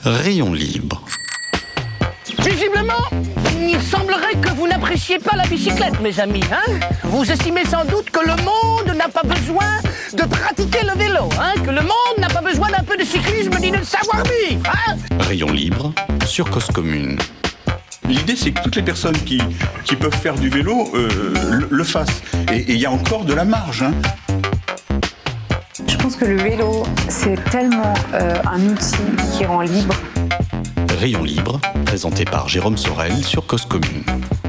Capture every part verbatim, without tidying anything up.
Rayon libre. Visiblement, il semblerait que vous n'appréciez pas la bicyclette, mes amis. Hein, vous estimez sans doute que le monde n'a pas besoin de pratiquer le vélo, hein, que le monde n'a pas besoin d'un peu de cyclisme ni de savoir-vivre. Hein. Rayon libre sur Cause Commune. L'idée, c'est que toutes les personnes qui, qui peuvent faire du vélo euh, le, le fassent. Et il y a encore de la marge. Hein. Je pense que le vélo, c'est tellement euh, un outil qui rend libre. Rayon libre, présenté par Jérôme Sorel sur Cause Commune.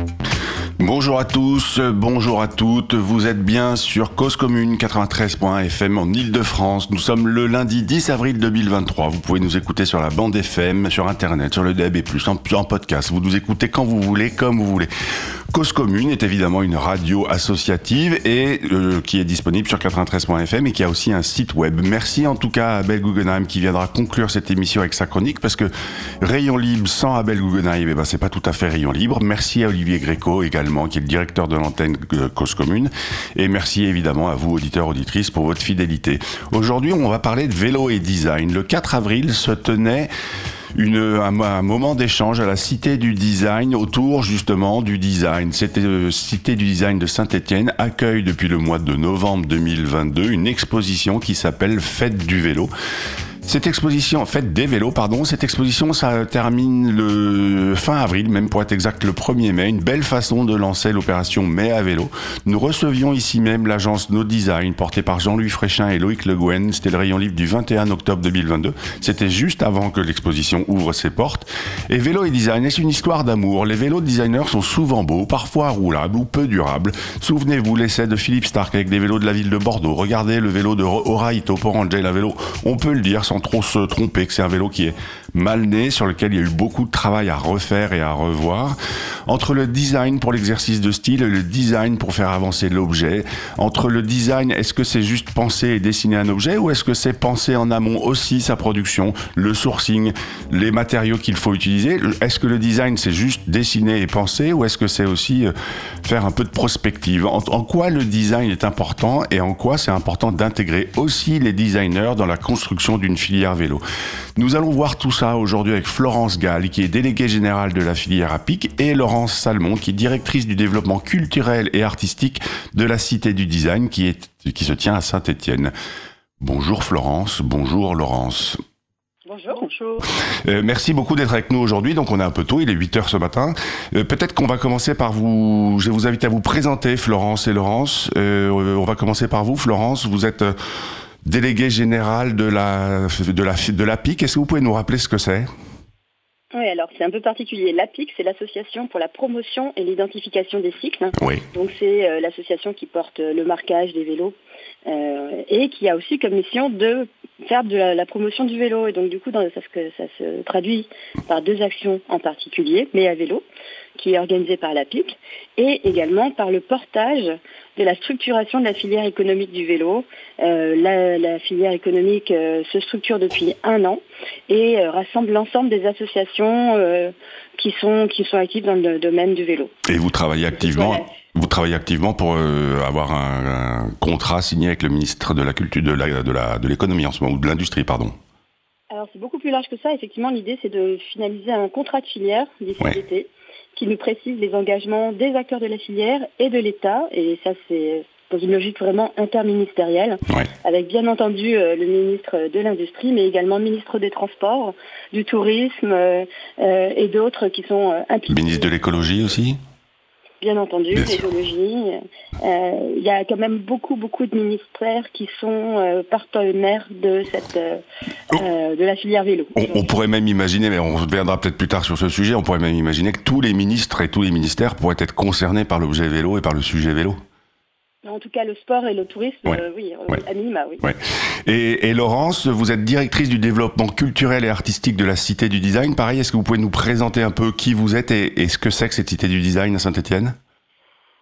Bonjour à tous, bonjour à toutes, vous êtes bien sur Cause Commune quatre-vingt-treize point F M en Ile-de-France. Nous sommes le lundi dix avril deux mille vingt-trois. Vous pouvez nous écouter sur la bande F M, sur internet, sur le D A B plus, en, en podcast. Vous nous écoutez quand vous voulez, comme vous voulez. Cause Commune est évidemment une radio associative et euh, qui est disponible sur quatre-vingt-treize point F M et qui a aussi un site web. Merci en tout cas à Abel Guggenheim qui viendra conclure cette émission avec sa chronique, parce que Rayon Libre sans Abel Guggenheim, eh ben, c'est pas tout à fait Rayon Libre. Merci à Olivier Gréco également, qui est le directeur de l'antenne Cause Commune. Et merci évidemment à vous, auditeurs, auditrices, pour votre fidélité. Aujourd'hui, on va parler de vélo et design. Le quatre avril se tenait Une, un, un moment d'échange à la Cité du Design autour justement du design. Cette euh, Cité du Design de Saint-Étienne accueille depuis le mois de novembre deux mille vingt-deux une exposition qui s'appelle Fête du vélo. Cette exposition, Fête des vélos, pardon, cette exposition, ça termine le fin avril, même pour être exact, le premier mai. Une belle façon de lancer l'opération Mai à vélo. Nous recevions ici même l'agence No Design, portée par Jean-Louis Fréchin et Loïc Le Gouen. C'était le rayon libre du vingt et un octobre deux mille vingt-deux. C'était juste avant que l'exposition ouvre ses portes. Et vélo et design, c'est une histoire d'amour. Les vélos de designers sont souvent beaux, parfois roulables ou peu durables. Souvenez-vous l'essai de Philippe Starck avec des vélos de la ville de Bordeaux. Regardez le vélo de Ora Itoporangel, un vélo, on peut le dire, sans trop se tromper, que c'est un vélo qui est mal né, sur lequel il y a eu beaucoup de travail à refaire et à revoir. Entre le design pour l'exercice de style et le design pour faire avancer l'objet, entre le design, est-ce que c'est juste penser et dessiner un objet, ou est-ce que c'est penser en amont aussi sa production, le sourcing, les matériaux qu'il faut utiliser? Est-ce que le design c'est juste dessiner et penser, ou est-ce que c'est aussi faire un peu de prospective? En, en quoi le design est important, et en quoi c'est important d'intégrer aussi les designers dans la construction d'une filière vélo? Nous allons voir tout ça aujourd'hui avec Florence Gall, qui est déléguée générale de la filière A P I C, et Laurence Salmon, qui est directrice du développement culturel et artistique de la Cité du Design, qui, est, qui se tient à Saint-Étienne. Bonjour Florence, bonjour Laurence. Bonjour. Bonjour. Euh, merci beaucoup d'être avec nous aujourd'hui. Donc on est un peu tôt, il est huit heures ce matin. Euh, peut-être qu'on va commencer par vous... Je vous invite à vous présenter, Florence et Laurence. Euh, on va commencer par vous, Florence. Vous êtes... Euh, délégué général de la de la de l'A P I C. Est-ce que vous pouvez nous rappeler ce que c'est? Oui, alors c'est un peu particulier. L'A P I C, c'est l'association pour la promotion et l'identification des cycles. Oui. Donc c'est euh, l'association qui porte le marquage des vélos euh, et qui a aussi comme mission de faire de la, la promotion du vélo. Et donc du coup, dans, ça, ça se traduit par deux actions en particulier, mais à vélo, qui est organisée par l'A P I C, et également par le portage de la structuration de la filière économique du vélo. Euh, la, la filière économique euh, se structure depuis un an et euh, rassemble l'ensemble des associations euh, qui sont qui sont actives dans le domaine du vélo. Et vous travaillez activement, vous travaillez activement pour euh, avoir un, un contrat signé avec le ministre de la Culture, de la, de la, de l'économie en ce moment, ou de l'industrie, pardon. Alors c'est beaucoup plus large que ça. Effectivement, l'idée c'est de finaliser un contrat de filière d'ici Ouais. l'été, qui nous précise les engagements des acteurs de la filière et de l'État. Et ça, c'est dans une logique vraiment interministérielle, Ouais. avec bien entendu euh, le ministre de l'Industrie, mais également le ministre des Transports, du Tourisme euh, euh, et d'autres qui sont euh, impliqués. Ministre de l'écologie aussi. Bien entendu, Bien sûr. l'écologie. Euh, il y a quand même beaucoup, beaucoup de ministères qui sont euh, partenaires de cette, euh, euh, de la filière vélo. On, on pourrait même imaginer, mais on reviendra peut-être plus tard sur ce sujet, on pourrait même imaginer que tous les ministres et tous les ministères pourraient être concernés par l'objet vélo et par le sujet vélo. En tout cas, le sport et le tourisme, Ouais. euh, oui, Ouais. à minima, oui. Ouais. Et, et Laurence, vous êtes directrice du développement culturel et artistique de la Cité du Design. Pareil, est-ce que vous pouvez nous présenter un peu qui vous êtes et, et ce que c'est que cette Cité du Design à Saint-Étienne?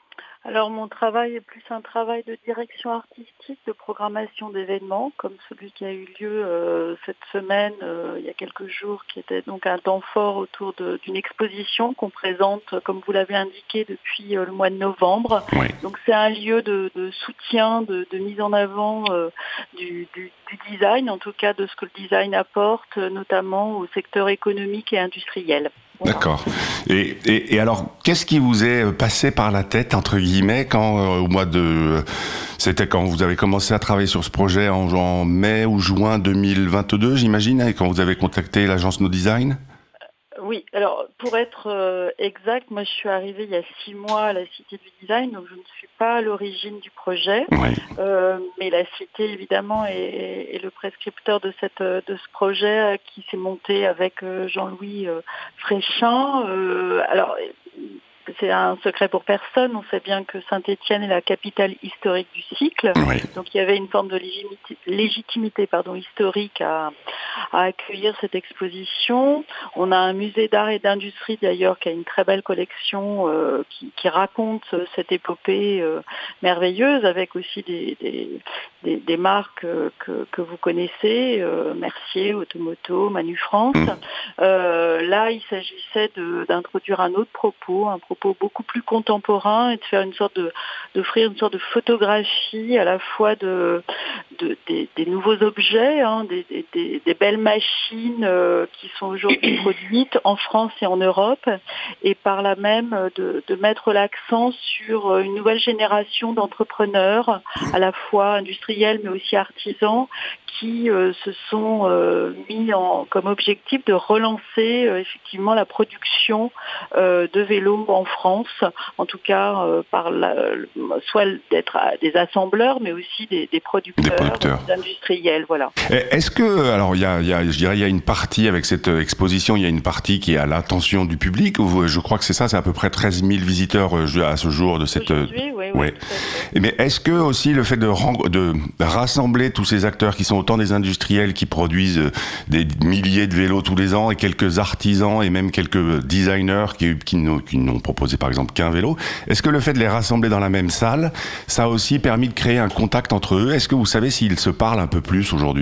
Alors mon travail est plus un travail de direction artistique, de programmation d'événements, comme celui qui a eu lieu euh, cette semaine, euh, il y a quelques jours, qui était donc un temps fort autour de, d'une exposition qu'on présente, comme vous l'avez indiqué, depuis euh, le mois de novembre. Oui. Donc c'est un lieu de, de soutien, de, de mise en avant euh, du, du, du design, en tout cas de ce que le design apporte, notamment au secteur économique et industriel. Voilà. D'accord. Et, et, et alors, qu'est-ce qui vous est passé par la tête, entre guillemets, quand euh, au mois de... C'était quand vous avez commencé à travailler sur ce projet en, en mai ou juin deux mille vingt-deux, j'imagine, et quand vous avez contacté l'agence No Design ? Oui, alors pour être euh, exact, moi je suis arrivée il y a six mois à la Cité du Design, donc je ne suis pas à l'origine du projet, Oui. euh, mais la Cité évidemment est, est le prescripteur de, cette, de ce projet euh, qui s'est monté avec euh, Jean-Louis euh, Fréchin. Euh, alors c'est un secret pour personne, on sait bien que Saint-Étienne est la capitale historique du cycle, Oui. donc il y avait une forme de légitimité, légitimité pardon, historique à, à accueillir cette exposition. On a un musée d'art et d'industrie d'ailleurs qui a une très belle collection euh, qui, qui raconte cette épopée euh, merveilleuse avec aussi des, des, des, des marques euh, que, que vous connaissez, euh, Mercier, Automoto, Manu France. Mmh. Euh, là, il s'agissait de, d'introduire un autre propos, un propos beaucoup plus contemporain et de faire une sorte de, d'offrir une sorte de photographie à la fois de, de des, des nouveaux objets, hein, des, des, des belles machines euh, qui sont aujourd'hui produites en France et en Europe, et par là même de, de mettre l'accent sur une nouvelle génération d'entrepreneurs, à la fois industriels mais aussi artisans, qui euh, se sont euh, mis en, comme objectif de relancer euh, effectivement la production euh, de vélos en France, en tout cas euh, par la, soit d'être des assembleurs, mais aussi des, des producteurs, des producteurs. Des industriels, voilà. Est-ce que, alors il y a, il y a, je dirais, il y a une partie avec cette exposition, il y a une partie qui est à l'attention du public. Ou je crois que c'est ça, c'est à peu près treize mille visiteurs à ce jour de cette. Aujourd'hui, oui, oui. Ouais. Mais est-ce que aussi le fait de, de rassembler tous ces acteurs qui sont autant des industriels qui produisent des milliers de vélos tous les ans et quelques artisans et même quelques designers qui, qui, n'ont, qui n'ont proposé par exemple qu'un vélo, est-ce que le fait de les rassembler dans la même salle, ça a aussi permis de créer un contact entre eux ? Est-ce que vous savez s'ils se parlent un peu plus aujourd'hui ?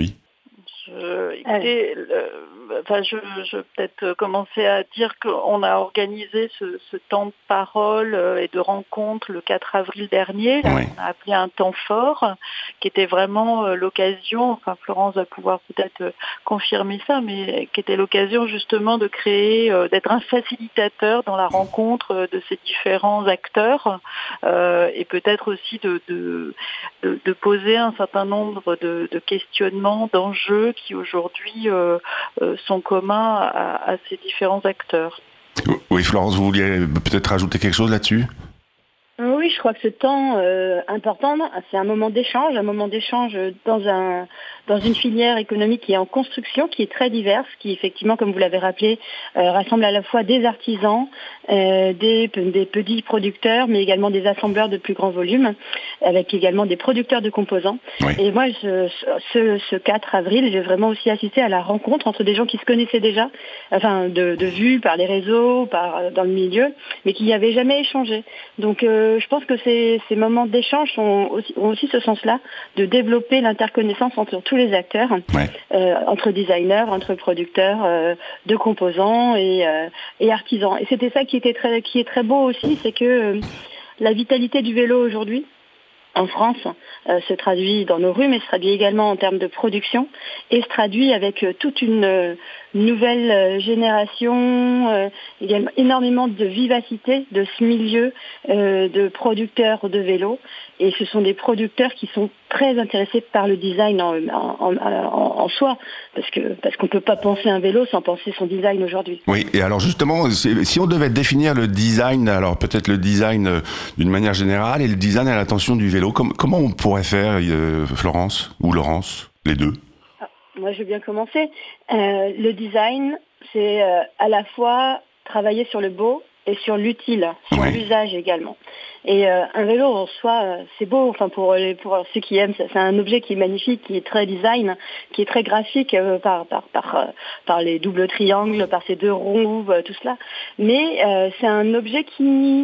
Je, écoutez, le, enfin, je, je vais peut-être commencer à dire qu'on a organisé ce, ce temps de parole et de rencontre le quatre avril dernier. Là, oui. On a appelé un temps fort, qui était vraiment l'occasion, enfin Florence va pouvoir peut-être confirmer ça, mais qui était l'occasion justement de créer, d'être un facilitateur dans la rencontre de ces différents acteurs, euh, et peut-être aussi de, de, de, de poser un certain nombre de, de questionnements, d'enjeux qui aujourd'hui euh, euh, sont communs à, à ces différents acteurs. Oui, Florence, vous vouliez peut-être rajouter quelque chose là-dessus ? Oui, je crois que ce temps euh, important, c'est un moment d'échange, un moment d'échange dans un dans une filière économique qui est en construction, qui est très diverse, qui effectivement, comme vous l'avez rappelé, euh, rassemble à la fois des artisans, euh, des, des petits producteurs, mais également des assembleurs de plus grand volume, avec également des producteurs de composants. Oui. Et moi, je, ce, ce quatre avril, j'ai vraiment aussi assisté à la rencontre entre des gens qui se connaissaient déjà, enfin de, de vue par les réseaux, par dans le milieu, mais qui n'avaient jamais échangé. Donc euh, je pense que ces, ces moments d'échange sont aussi, ont aussi ce sens-là, de développer l'interconnaissance entre tous les acteurs, ouais. euh, entre designers, entre producteurs euh, de composants et, euh, et artisans. Et c'était ça qui était très, qui est très beau aussi, c'est que euh, la vitalité du vélo aujourd'hui, en France, euh, se traduit dans nos rues, mais se traduit également en termes de production et se traduit avec euh, toute une euh, nouvelle euh, génération, euh, également énormément de vivacité de ce milieu euh, de producteurs de vélos. Et ce sont des producteurs qui sont très intéressés par le design en, en, en, en soi, parce que parce qu'on ne peut pas penser un vélo sans penser son design aujourd'hui. Oui, et alors justement, si on devait définir le design, alors peut-être le design d'une manière générale et le design à l'attention du vélo, com- comment on pourrait faire, euh, Florence ou Laurence, les deux ? ah, Moi, je vais bien commencer. Euh, le design, c'est euh, à la fois travailler sur le beau et sur l'utile, sur oui. l'usage également. Et euh, un vélo en soi, euh, c'est beau. Enfin pour les pour ceux qui aiment, c'est un objet qui est magnifique, qui est très design, qui est très graphique euh, par par par euh, par les doubles triangles, par ces deux roues, euh, tout cela. Mais euh, c'est un objet qui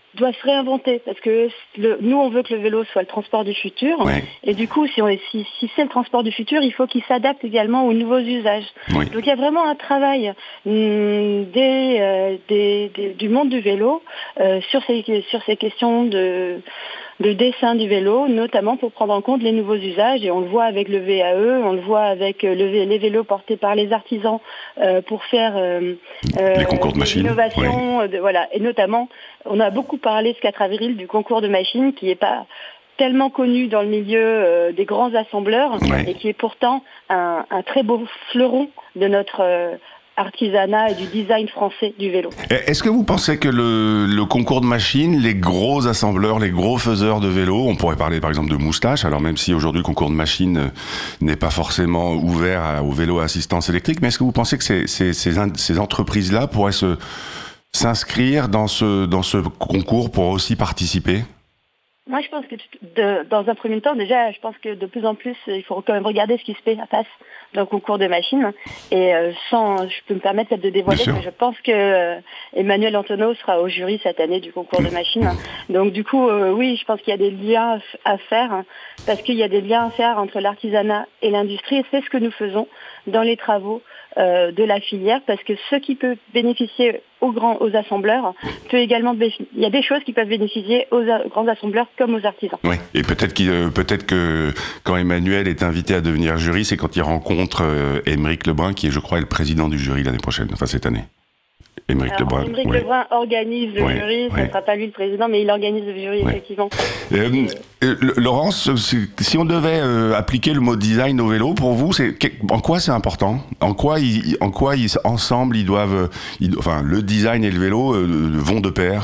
doit se réinventer parce que le, nous on veut que le vélo soit le transport du futur ouais. et du coup si, on est, si, si c'est le transport du futur, il faut qu'il s'adapte également aux nouveaux usages. Oui. Donc il y a vraiment un travail hum, des, euh, des, des, du monde du vélo euh, sur, ces, sur ces questions de, de dessin du vélo, notamment pour prendre en compte les nouveaux usages et on le voit avec le V A E, on le voit avec le, les vélos portés par les artisans euh, pour faire euh, les concours de machines, innovations, oui. de, voilà, et notamment on a beaucoup parlé ce quatre avril du concours de machines qui n'est pas tellement connu dans le milieu euh, des grands assembleurs ouais. et qui est pourtant un, un très beau fleuron de notre euh, artisanat et du design français du vélo. Est-ce que vous pensez que le, le concours de machines, les gros assembleurs, les gros faiseurs de vélos, on pourrait parler par exemple de moustache, alors même si aujourd'hui le concours de machines n'est pas forcément ouvert à, au vélo à assistance électrique, mais est-ce que vous pensez que ces, ces, ces, ces entreprises-là pourraient se, s'inscrire dans ce, dans ce concours pour aussi participer ? Moi, je pense que de, dans un premier temps, déjà, je pense que de plus en plus, il faut quand même regarder ce qui se fait à face d'un concours de machines. Et euh, sans, je peux me permettre peut-être de dévoiler, mais je pense que euh, Emmanuel Antonov sera au jury cette année du concours de machines. Donc du coup, euh, oui, je pense qu'il y a des liens à faire, hein, parce qu'il y a des liens à faire entre l'artisanat et l'industrie. Et c'est ce que nous faisons dans les travaux euh, de la filière, parce que ce qui peut bénéficier aux grands, aux assembleurs, peut également, il y a des choses qui peuvent bénéficier aux a, grands assembleurs comme aux artisans. Oui, et peut-être, qu'il, euh, peut-être que quand Emmanuel est invité à devenir jury, c'est quand il rencontre euh, Émeric Lebrun, qui est, je crois, est le président du jury l'année prochaine, enfin cette année. Émeric Alors, Lebrun. Émeric oui. Lebrun organise le oui, jury, ce ne oui. sera pas lui le président, mais il organise le jury, oui. effectivement. Euh, euh, Laurence, si on devait euh, appliquer le mot design au vélo, pour vous, c'est, en quoi c'est important ? En quoi, ils, en quoi ils, ensemble, ils doivent, ils, enfin, le design et le vélo euh, vont de pair ?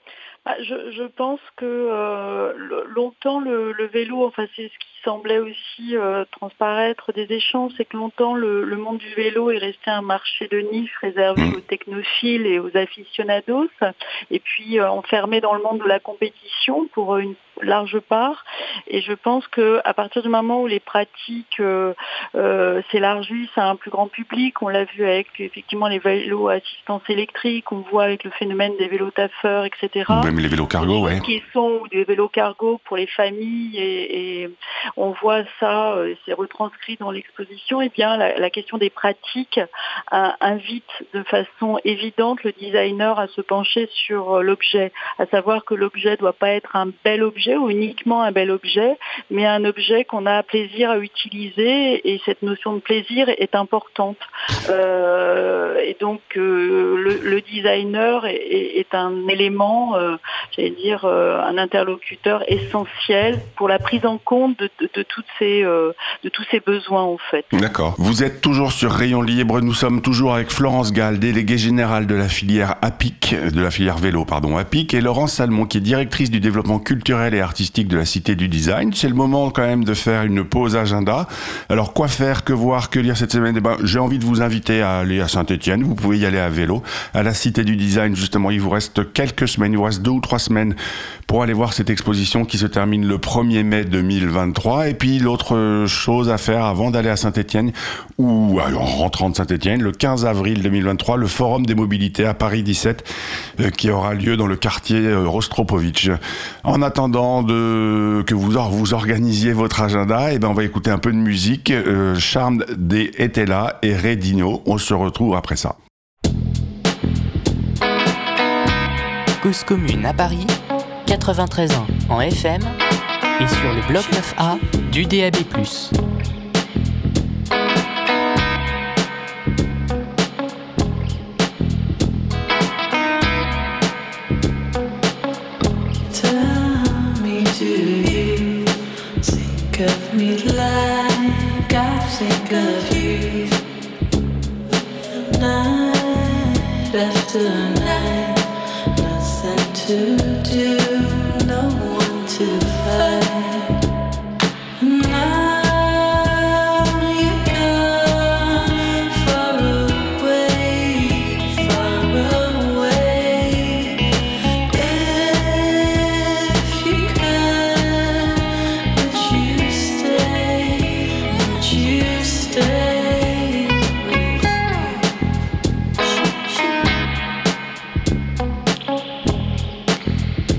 Je, je pense que euh, longtemps le, le vélo, enfin c'est ce qui semblait aussi euh, transparaître des échanges, c'est que longtemps le, le monde du vélo est resté un marché de niche réservé mmh. aux technophiles et aux aficionados, et puis euh, enfermé dans le monde de la compétition pour une large part. Et je pense que à partir du moment où les pratiques euh, euh, s'élargissent à un plus grand public, on l'a vu avec effectivement les vélos à assistance électrique, on voit avec le phénomène des vélos taffeurs, et cetera. Même les vélos cargo, ouais. Qui sont ou des vélos cargo pour les familles, et, et on voit ça, euh, c'est retranscrit dans l'exposition. Et bien la, la question des pratiques euh, invite de façon évidente le designer à se pencher sur euh, l'objet, à savoir que l'objet doit pas être un bel objet ou uniquement un bel objet, mais un objet qu'on a plaisir à utiliser, et cette notion de plaisir est importante. Euh, et donc euh, le, le designer est, est, est un élément, euh, j'allais dire, euh, un interlocuteur essentiel pour la prise en compte de, de, de, toutes ces, euh, de tous ces besoins en fait. D'accord. Vous êtes toujours sur Rayon Libre, nous sommes toujours avec Florence Gall, déléguée générale de la filière A P I C, de la filière vélo, pardon, A P I C, et Laurence Salmon, qui est directrice du développement culturel et artistique de la Cité du Design. C'est le moment quand même de faire une pause agenda. Alors quoi faire, que voir, que lire cette semaine ? Eh ben, j'ai envie de vous inviter à aller à Saint-Étienne, vous pouvez y aller à vélo, à la Cité du Design justement, il vous reste quelques semaines, il vous reste deux ou trois semaines pour aller voir cette exposition qui se termine le premier mai deux mille vingt-trois. Et puis l'autre chose à faire avant d'aller à Saint-Étienne, ou en rentrant de Saint-Étienne, le quinze avril deux mille vingt-trois, le Forum des mobilités à Paris dix-sept euh, qui aura lieu dans le quartier euh, Rostropovitch. En attendant de, que vous, vous organisiez votre agenda, et ben on va écouter un peu de musique. Euh, Charmed des Etela et Redino. On se retrouve après ça. Cause commune à Paris, quatre-vingt-treize ans en F M et sur le bloc neuf A du D A B plus. Of me like I think of you, night after night, nothing to do, no one to fight. Now you're gone, far away, far away. If you can, would you stay? Would you stay with me?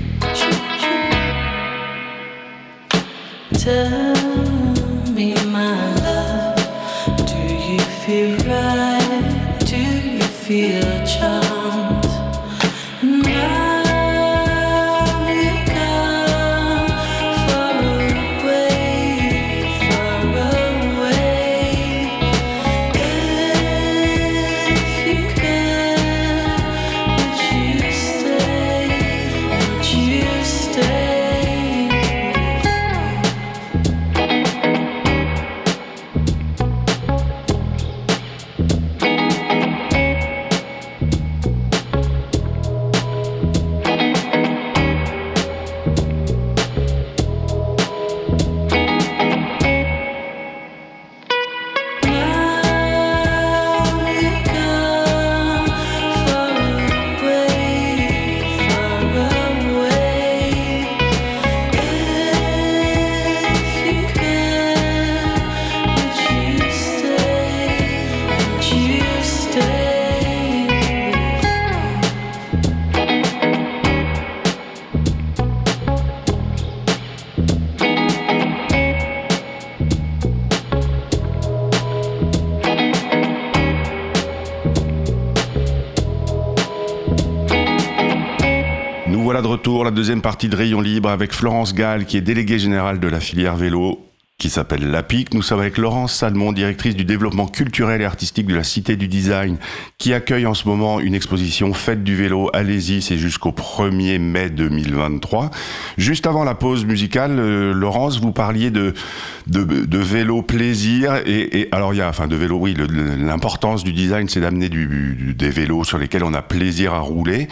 Voilà de retour, la deuxième partie de Rayon Libre avec Florence Gall, qui est déléguée générale de la filière vélo, qui s'appelle l'A P I C. Nous sommes avec Laurence Salmon, directrice du développement culturel et artistique de la Cité du Design, qui accueille en ce moment une exposition Fête du vélo. Allez-y, c'est jusqu'au premier mai deux mille vingt-trois. Juste avant la pause musicale, euh, Laurence, vous parliez de, de, de vélo plaisir. Et, et alors, il y a, enfin, de vélo, oui, le, le, l'importance du design, c'est d'amener du, du, des vélos sur lesquels on a plaisir à rouler.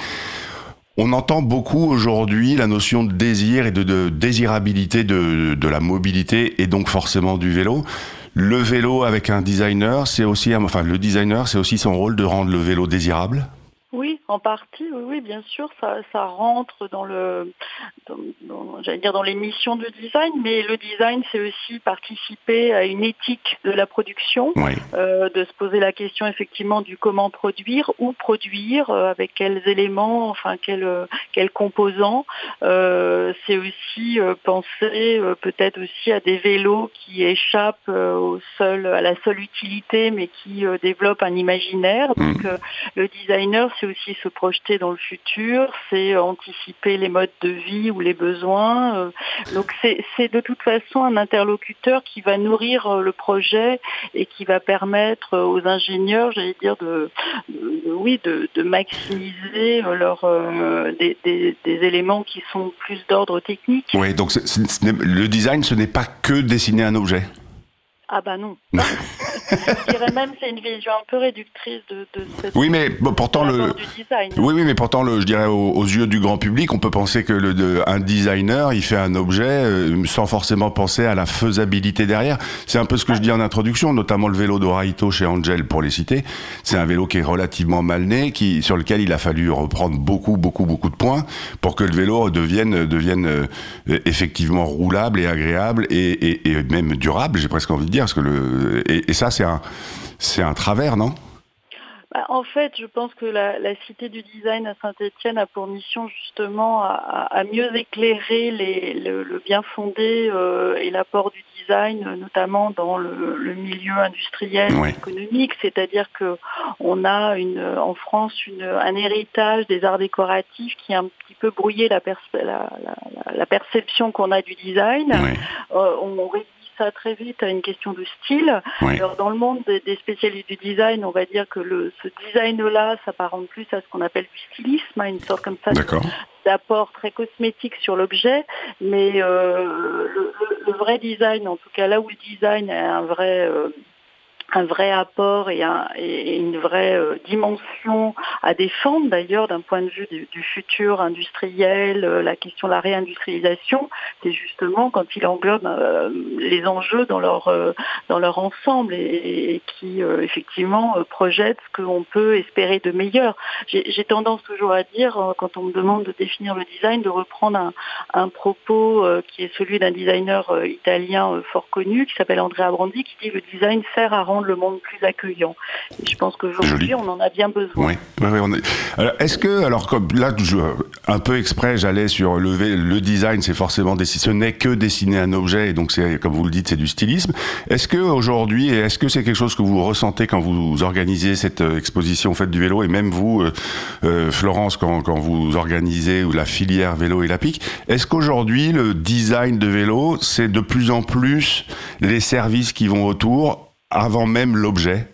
On entend beaucoup aujourd'hui la notion de désir et de, de désirabilité de, de la mobilité et donc forcément du vélo. Le vélo avec un designer, c'est aussi, enfin le designer, c'est aussi son rôle de rendre le vélo désirable. Oui, en partie, oui, oui, bien sûr, ça, ça rentre dans le, dans, dans, j'allais dire dans les missions de design, mais le design, c'est aussi participer à une éthique de la production, oui. euh, de se poser la question effectivement du comment produire, où produire, euh, avec quels éléments, enfin quels, quels composants. Euh, c'est aussi euh, penser euh, peut-être aussi à des vélos qui échappent euh, au seul, à la seule utilité, mais qui euh, développent un imaginaire. Donc euh, le designer, c'est aussi se projeter dans le futur, c'est anticiper les modes de vie ou les besoins. Donc c'est, c'est de toute façon un interlocuteur qui va nourrir le projet et qui va permettre aux ingénieurs, j'allais dire, de, de oui, de, de maximiser leur, euh, des, des, des éléments qui sont plus d'ordre technique. Oui, donc c'est, c'est, le design, ce n'est pas que dessiner un objet. Ah bah non. Je dirais même que c'est une vision un peu réductrice de, de cette oui, mais bon, pourtant le du design. Oui, oui, mais pourtant le, je dirais aux, aux yeux du grand public, on peut penser que le de, un designer, il fait un objet euh, sans forcément penser à la faisabilité derrière. C'est un peu ce que je dis en introduction, notamment le vélo d'Oraito chez Angel pour les citer. C'est un vélo qui est relativement mal né, qui sur lequel il a fallu reprendre beaucoup, beaucoup, beaucoup de points pour que le vélo devienne devienne euh, effectivement roulable et agréable et, et, et même durable. J'ai presque envie de dire. Parce que le, et, et ça, c'est un, c'est un travers, non ? Bah, en fait, je pense que la, la Cité du Design à Saint-Étienne a pour mission justement à, à mieux éclairer les, le, le bien fondé euh, et l'apport du design, notamment dans le, le milieu industriel ouais. et économique. C'est-à-dire que on a une, en France une, un héritage des arts décoratifs qui a un petit peu brouillé la, perce, la, la, la perception qu'on a du design. Ouais. Euh, on réduit ça très vite à une question de style. Oui. Alors dans le monde des, des spécialistes du design, on va dire que le, ce design-là s'apparente plus à ce qu'on appelle du stylisme, hein, une sorte comme ça D'accord. d'apport très cosmétique sur l'objet, mais euh, le, le, le vrai design, en tout cas là où le design a un vrai euh, un vrai apport et, un, et une vraie euh, dimension à défendre d'ailleurs d'un point de vue du, du futur industriel, euh, la question de la réindustrialisation, c'est justement quand il englobe euh, les enjeux dans leur euh, dans leur ensemble et, et qui euh, effectivement euh, projette ce qu'on peut espérer de meilleur. J'ai, j'ai tendance toujours à dire, euh, quand on me demande de définir le design, de reprendre un, un propos euh, qui est celui d'un designer euh, italien euh, fort connu qui s'appelle Andrea Brandi, qui dit le design sert à rendre le monde plus accueillant. Et je pense qu'aujourd'hui, Joli. on en a bien besoin. Oui, oui, oui, on est... Alors, est-ce que, alors comme là, je, un peu exprès, j'allais sur le, le design, c'est forcément ce n'est que dessiner un objet, et donc c'est, comme vous le dites, c'est du stylisme. Est-ce que aujourd'hui, et est-ce que c'est quelque chose que vous ressentez quand vous organisez cette exposition Fête du vélo, et même vous, euh, euh, Florence, quand, quand vous organisez la filière vélo et la P I C, est-ce qu'aujourd'hui le design de vélo, c'est de plus en plus les services qui vont autour, avant même l'objet?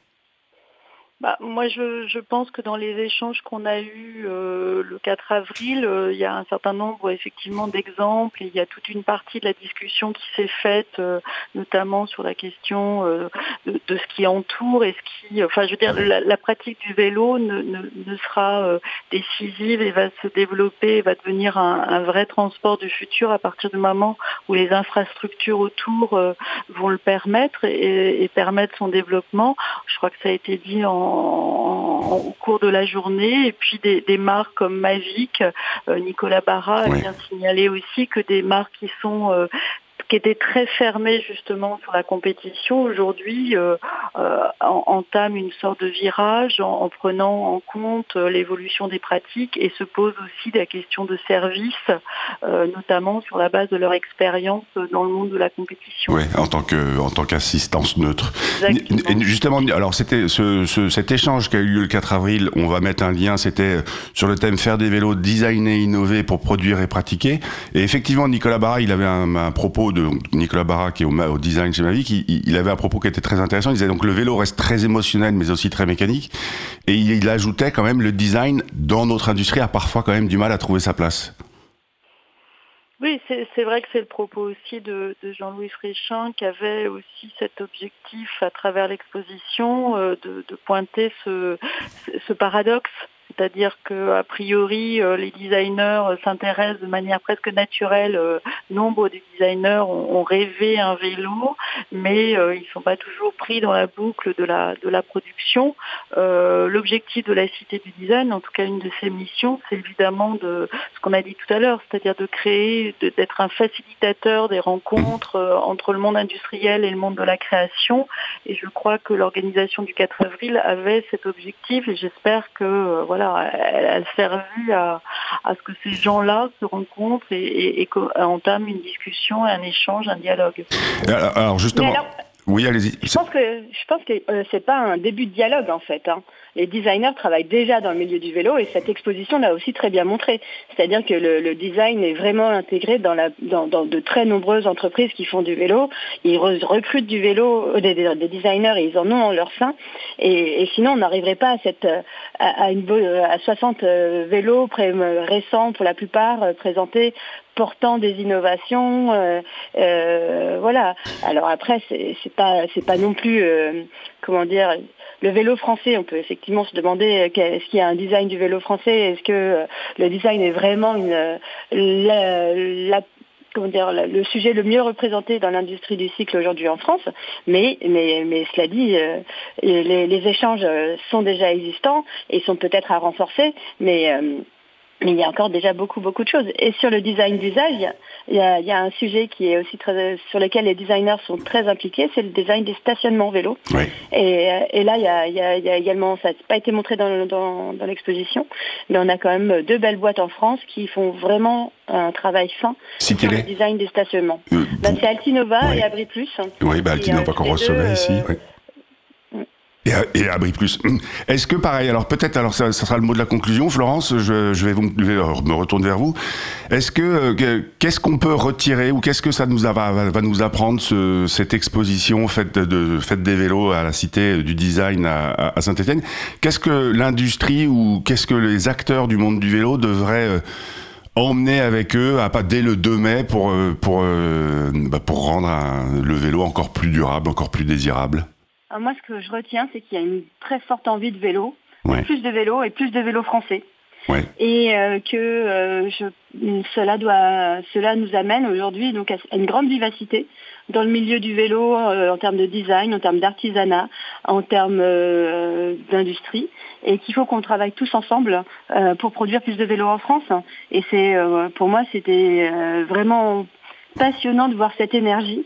Bah, moi, je, je pense que dans les échanges qu'on a eus euh, le quatre avril, euh, il y a un certain nombre effectivement d'exemples. Et il y a toute une partie de la discussion qui s'est faite, euh, notamment sur la question euh, de, de ce qui entoure et ce qui, enfin, je veux dire, la, la pratique du vélo ne, ne, ne sera euh, décisive et va se développer, va devenir un, un vrai transport du futur à partir du moment où les infrastructures autour euh, vont le permettre et, et permettre son développement. Je crois que ça a été dit en au cours de la journée, et puis des, des marques comme Mavic, euh, Nicolas Barra a oui. bien signalé aussi que des marques qui sont euh, qui étaient très fermées justement sur la compétition, aujourd'hui euh, euh, entament une sorte de virage en, en prenant en compte euh, l'évolution des pratiques et se posent aussi la question de service, euh, notamment sur la base de leur expérience dans le monde de la compétition. Oui, en tant que en tant qu'assistance neutre. Exactement. Et justement, alors c'était ce, ce, cet échange qui a eu lieu le quatre avril. On va mettre un lien. C'était sur le thème faire des vélos, designer, innover pour produire et pratiquer. Et effectivement, Nicolas Barra, il avait un, un propos de Nicolas Barra qui est au, au design chez Mavic. Il, il avait un propos qui était très intéressant. Il disait donc le vélo reste très émotionnel, mais aussi très mécanique. Et il, il ajoutait quand même le design dans notre industrie a parfois quand même du mal à trouver sa place. Oui, c'est, c'est vrai que c'est le propos aussi de, de Jean-Louis Fréchin qui avait aussi cet objectif à travers l'exposition euh, de, de pointer ce, ce paradoxe. C'est-à-dire que a priori, euh, les designers euh, s'intéressent de manière presque naturelle. Euh, nombre de designers ont, ont rêvé un vélo, mais euh, ils ne sont pas toujours pris dans la boucle de la de la production. Euh, l'objectif de la Cité du Design, en tout cas une de ses missions, c'est évidemment de ce qu'on a dit tout à l'heure, c'est-à-dire de créer, de, d'être un facilitateur des rencontres euh, entre le monde industriel et le monde de la création. Et je crois que l'organisation du quatre avril avait cet objectif, et j'espère que euh, voilà. Elle, elle servi à, à ce que ces gens-là se rencontrent et, et, et entament une discussion, un échange, un dialogue. Alors, alors justement, alors, oui, allez-y. Je pense que je pense que euh, c'est pas un début de dialogue en fait. Hein. Les designers travaillent déjà dans le milieu du vélo et cette exposition l'a aussi très bien montré. C'est-à-dire que le, le design est vraiment intégré dans, la, dans, dans de très nombreuses entreprises qui font du vélo. Ils re- recrutent du vélo, euh, des, des, des designers et ils en ont en leur sein. Et, et sinon, on n'arriverait pas à, cette, à, à, une, à soixante euh, vélos pré- récents pour la plupart euh, présentés portant des innovations, euh, euh, voilà. Alors après, c'est, c'est pas, c'est pas non plus, euh, comment dire, le vélo français. On peut effectivement se demander est-ce qu'il y a un design du vélo français, est-ce que le design est vraiment une, la, la comment dire, le sujet le mieux représenté dans l'industrie du cycle aujourd'hui en France. Mais, mais, mais cela dit, euh, les, les échanges sont déjà existants et sont peut-être à renforcer, mais euh, Mais il y a encore déjà beaucoup, beaucoup de choses. Et sur le design d'usage, il y a, il y a un sujet qui est aussi très, sur lequel les designers sont très impliqués, c'est le design des stationnements vélos. Oui. Et, et là, il y, a, il, y a, il y a également, ça n'a pas été montré dans, dans, dans l'exposition, mais on a quand même deux belles boîtes en France qui font vraiment un travail fin si sur le design des stationnements. Euh, bah, c'est Altinova oui. et Abri Plus. Oui, bah, Altinova qu'on recevait ici. Euh, oui. Et, et Abri Plus. Est-ce que pareil, alors peut-être, alors ça, ça sera le mot de la conclusion, Florence, je, je vais vous, me retourner vers vous. Est-ce que, qu'est-ce qu'on peut retirer ou qu'est-ce que ça nous a, va, va nous apprendre ce, cette exposition faite de Fête des vélos à la Cité du Design à, à Saint-Étienne? Qu'est-ce que l'industrie ou qu'est-ce que les acteurs du monde du vélo devraient euh, emmener avec eux à pas dès le deux mai pour pour euh, bah, pour rendre un, le vélo encore plus durable, encore plus désirable? Alors moi, ce que je retiens, c'est qu'il y a une très forte envie de vélo, ouais. plus de vélos et plus de vélos français. Ouais. Et euh, que euh, je, cela doit, cela nous amène aujourd'hui donc à une grande vivacité dans le milieu du vélo euh, en termes de design, en termes d'artisanat, en termes euh, d'industrie, et qu'il faut qu'on travaille tous ensemble euh, pour produire plus de vélos en France. Et c'est, euh, pour moi, c'était euh, vraiment passionnant de voir cette énergie.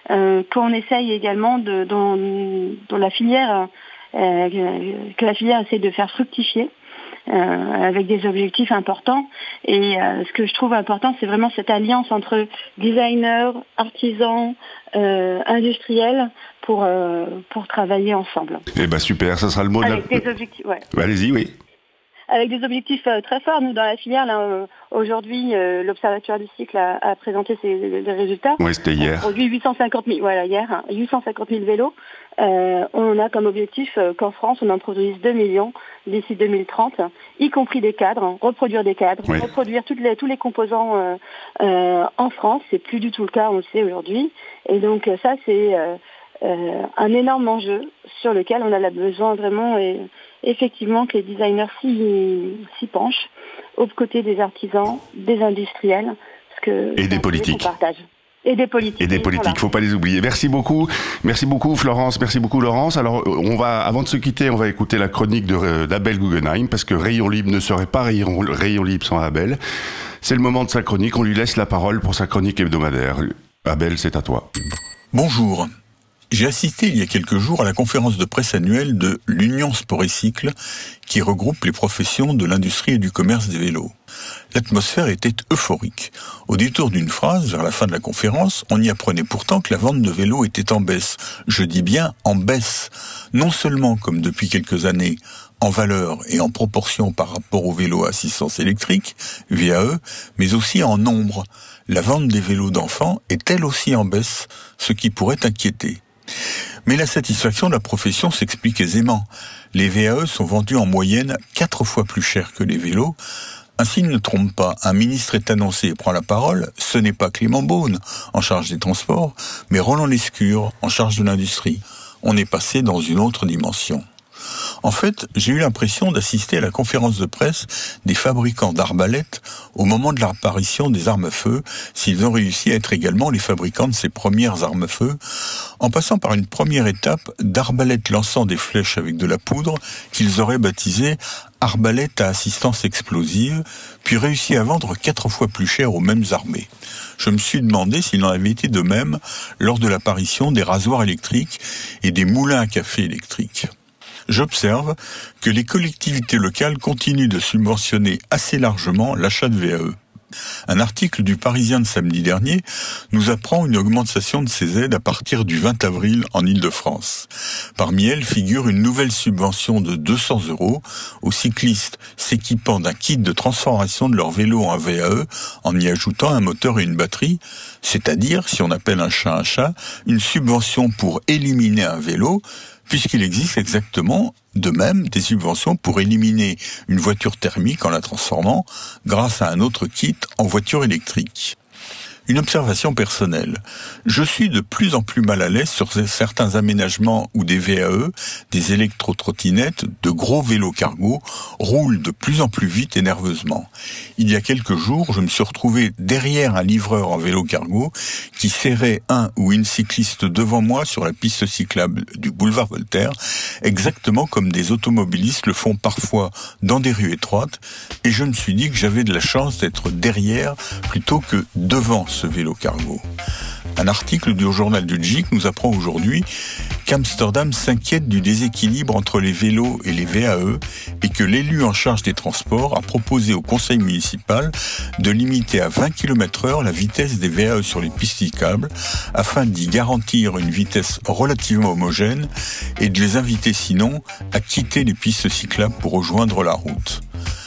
euh, qu'on essaye également de, dans, dans la filière, euh, que la filière essaie de faire fructifier. Euh, avec des objectifs importants. Et euh, ce que je trouve important, c'est vraiment cette alliance entre designers, artisans, euh, industriels pour, euh, pour travailler ensemble. Eh ben super, ça sera le mot de la... Avec des objectifs, ouais. Allez-y, oui. Avec des objectifs euh, très forts. Nous, dans la filière, là, euh, aujourd'hui, euh, l'Observatoire du cycle a, a présenté ses les résultats. Oui, c'était hier. On produit huit cent cinquante mille, voilà, hier, hein, huit cent cinquante mille vélos. Euh, on a comme objectif euh, qu'en France, on en produise deux millions d'ici deux mille trente, y compris des cadres, hein, reproduire des cadres, oui. reproduire toutes les, tous les composants euh, euh, en France. C'est plus du tout le cas, on le sait aujourd'hui. Et donc ça, c'est euh, euh, un énorme enjeu sur lequel on a besoin vraiment, et, effectivement, que les designers s'y, s'y penchent, aux côtés des artisans, des industriels, parce que et des politiques. On partage. Et des politiques. Et des politiques, faut pas les oublier. Merci beaucoup. Merci beaucoup Florence, merci beaucoup Laurence. Alors on va, avant de se quitter, on va écouter la chronique de, d'Abel Guggenheim, parce que Rayon Libre ne serait pas Rayon, Rayon Libre sans Abel. C'est le moment de sa chronique, on lui laisse la parole pour sa chronique hebdomadaire. Abel, c'est à toi. Bonjour. J'ai assisté il y a quelques jours à la conférence de presse annuelle de l'Union Sport et Cycle, qui regroupe les professions de l'industrie et du commerce des vélos. L'atmosphère était euphorique. Au détour d'une phrase, vers la fin de la conférence, on y apprenait pourtant que la vente de vélos était en baisse. Je dis bien en baisse. Non seulement, comme depuis quelques années, en valeur et en proportion par rapport aux vélos à assistance électrique, V A E, mais aussi en nombre. La vente des vélos d'enfants est elle aussi en baisse, ce qui pourrait inquiéter. Mais la satisfaction de la profession s'explique aisément. Les V A E sont vendus en moyenne quatre fois plus cher que les vélos. Ainsi, ne trompe pas, un ministre est annoncé et prend la parole, ce n'est pas Clément Beaune, en charge des transports, mais Roland Lescure, en charge de l'industrie. On est passé dans une autre dimension. En fait, j'ai eu l'impression d'assister à la conférence de presse des fabricants d'arbalètes au moment de l'apparition des armes à feu, s'ils ont réussi à être également les fabricants de ces premières armes à feu, en passant par une première étape d'arbalètes lançant des flèches avec de la poudre qu'ils auraient baptisées arbalètes à assistance explosive, puis réussi à vendre quatre fois plus cher aux mêmes armées. Je me suis demandé s'il en avait été de même lors de l'apparition des rasoirs électriques et des moulins à café électriques. J'observe que les collectivités locales continuent de subventionner assez largement l'achat de V A E. Un article du Parisien de samedi dernier nous apprend une augmentation de ces aides à partir du vingt avril en Île-de-France. Parmi elles figure une nouvelle subvention de deux cents euros aux cyclistes s'équipant d'un kit de transformation de leur vélo en V A E en y ajoutant un moteur et une batterie, c'est-à-dire, si on appelle un chat un chat, une subvention pour éliminer un vélo, puisqu'il existe exactement de même des subventions pour éliminer une voiture thermique en la transformant grâce à un autre kit en voiture électrique. Une observation personnelle. Je suis de plus en plus mal à l'aise sur certains aménagements où des V A E, des électro-trottinettes, de gros vélos cargo roulent de plus en plus vite et nerveusement. Il y a quelques jours, je me suis retrouvé derrière un livreur en vélo cargo qui serrait un ou une cycliste devant moi sur la piste cyclable du boulevard Voltaire, exactement comme des automobilistes le font parfois dans des rues étroites, et je me suis dit que j'avais de la chance d'être derrière plutôt que devant ce vélo cargo. Un article du journal du G I C nous apprend aujourd'hui qu'Amsterdam s'inquiète du déséquilibre entre les vélos et les V A E et que l'élu en charge des transports a proposé au conseil municipal de limiter à vingt kilomètres heure la vitesse des V A E sur les pistes cyclables afin d'y garantir une vitesse relativement homogène et de les inviter sinon à quitter les pistes cyclables pour rejoindre la route.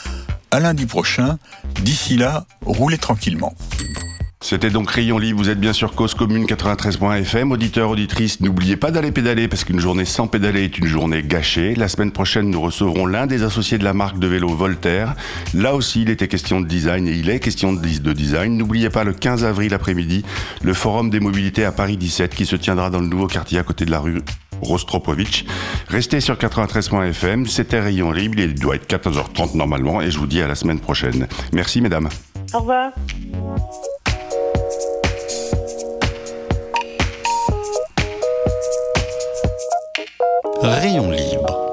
À lundi prochain, d'ici là, roulez tranquillement. C'était donc Rayon Libre, vous êtes bien sur Cause Commune quatre-vingt-treize point F M. Auditeurs, auditrices, n'oubliez pas d'aller pédaler parce qu'une journée sans pédaler est une journée gâchée. La semaine prochaine, nous recevrons l'un des associés de la marque de vélo Voltaire. Là aussi, il était question de design et il est question de design. N'oubliez pas le quinze avril après-midi, le Forum des mobilités à Paris dix-sept qui se tiendra dans le nouveau quartier à côté de la rue Rostropovitch. Restez sur quatre-vingt-treize point F M, c'était Rayon Libre, il doit être quatorze heures trente normalement et je vous dis à la semaine prochaine. Merci mesdames. Au revoir. Rayon Libre